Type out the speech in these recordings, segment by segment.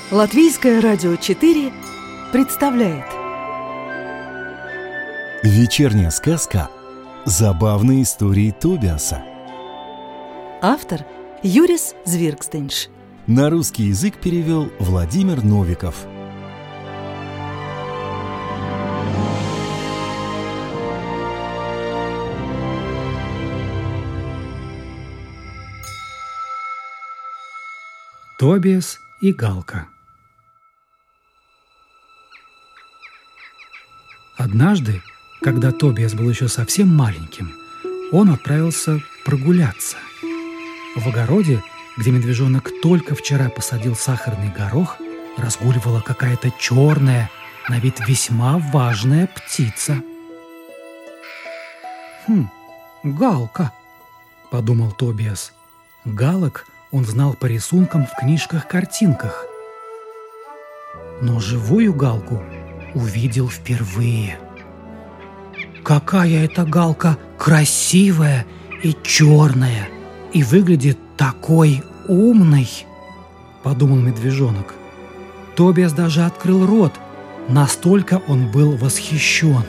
Латвийское радио 4 представляет Вечерняя сказка «Забавные истории Тобиаса». Автор Юрис Звиркстенш. На русский язык перевел Владимир Новиков. Тобиас и Галка. Однажды, когда Тобиас был еще совсем маленьким, он отправился прогуляться. В огороде, где медвежонок только вчера посадил сахарный горох, разгуливала какая-то черная, на вид весьма важная птица. «Галка», — подумал Тобиас. Галок он знал по рисункам в книжках-картинках. Но живую галку увидел впервые. «Какая эта галка красивая и черная, и выглядит такой умной!» – подумал медвежонок. Тобиас даже открыл рот, настолько он был восхищен.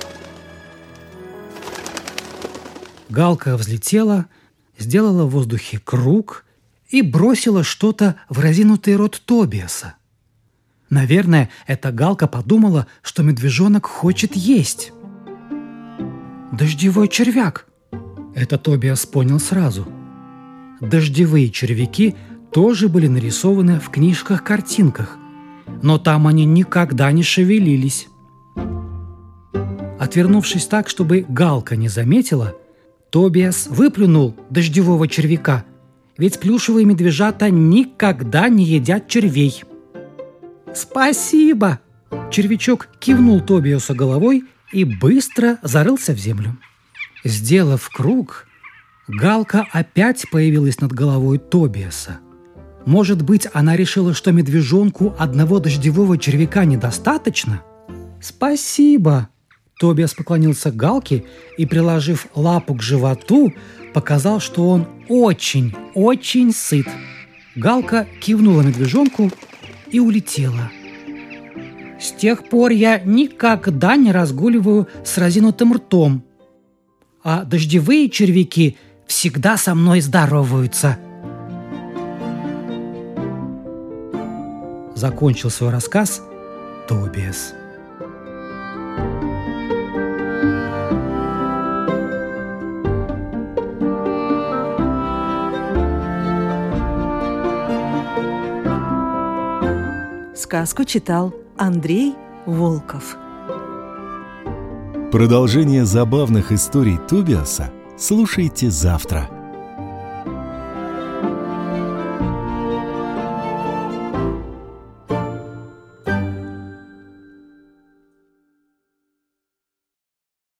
Галка взлетела, сделала в воздухе круг и бросила что-то в разинутый рот Тобиаса. Наверное, эта галка подумала, что медвежонок хочет есть. «Дождевой червяк!» Это Тобиас понял сразу. Дождевые червяки тоже были нарисованы в книжках-картинках, но там они никогда не шевелились. Отвернувшись так, чтобы галка не заметила, Тобиас выплюнул дождевого червяка, ведь плюшевые медвежата никогда не едят червей. «Спасибо!» Червячок кивнул Тобиасу головой и быстро зарылся в землю. Сделав круг, галка опять появилась над головой Тобиаса. Может быть, она решила, что медвежонку одного дождевого червяка недостаточно? «Спасибо!» Тобиас поклонился галке и, приложив лапу к животу, показал, что он очень сыт. Галка кивнула медвежонку и улетела. «С тех пор я никогда не разгуливаю с разинутым ртом, а дождевые червяки всегда со мной здороваются». Закончил свой рассказ Тобиас. Сказку читал Андрей Волков. Продолжение забавных историй Тобиаса слушайте завтра.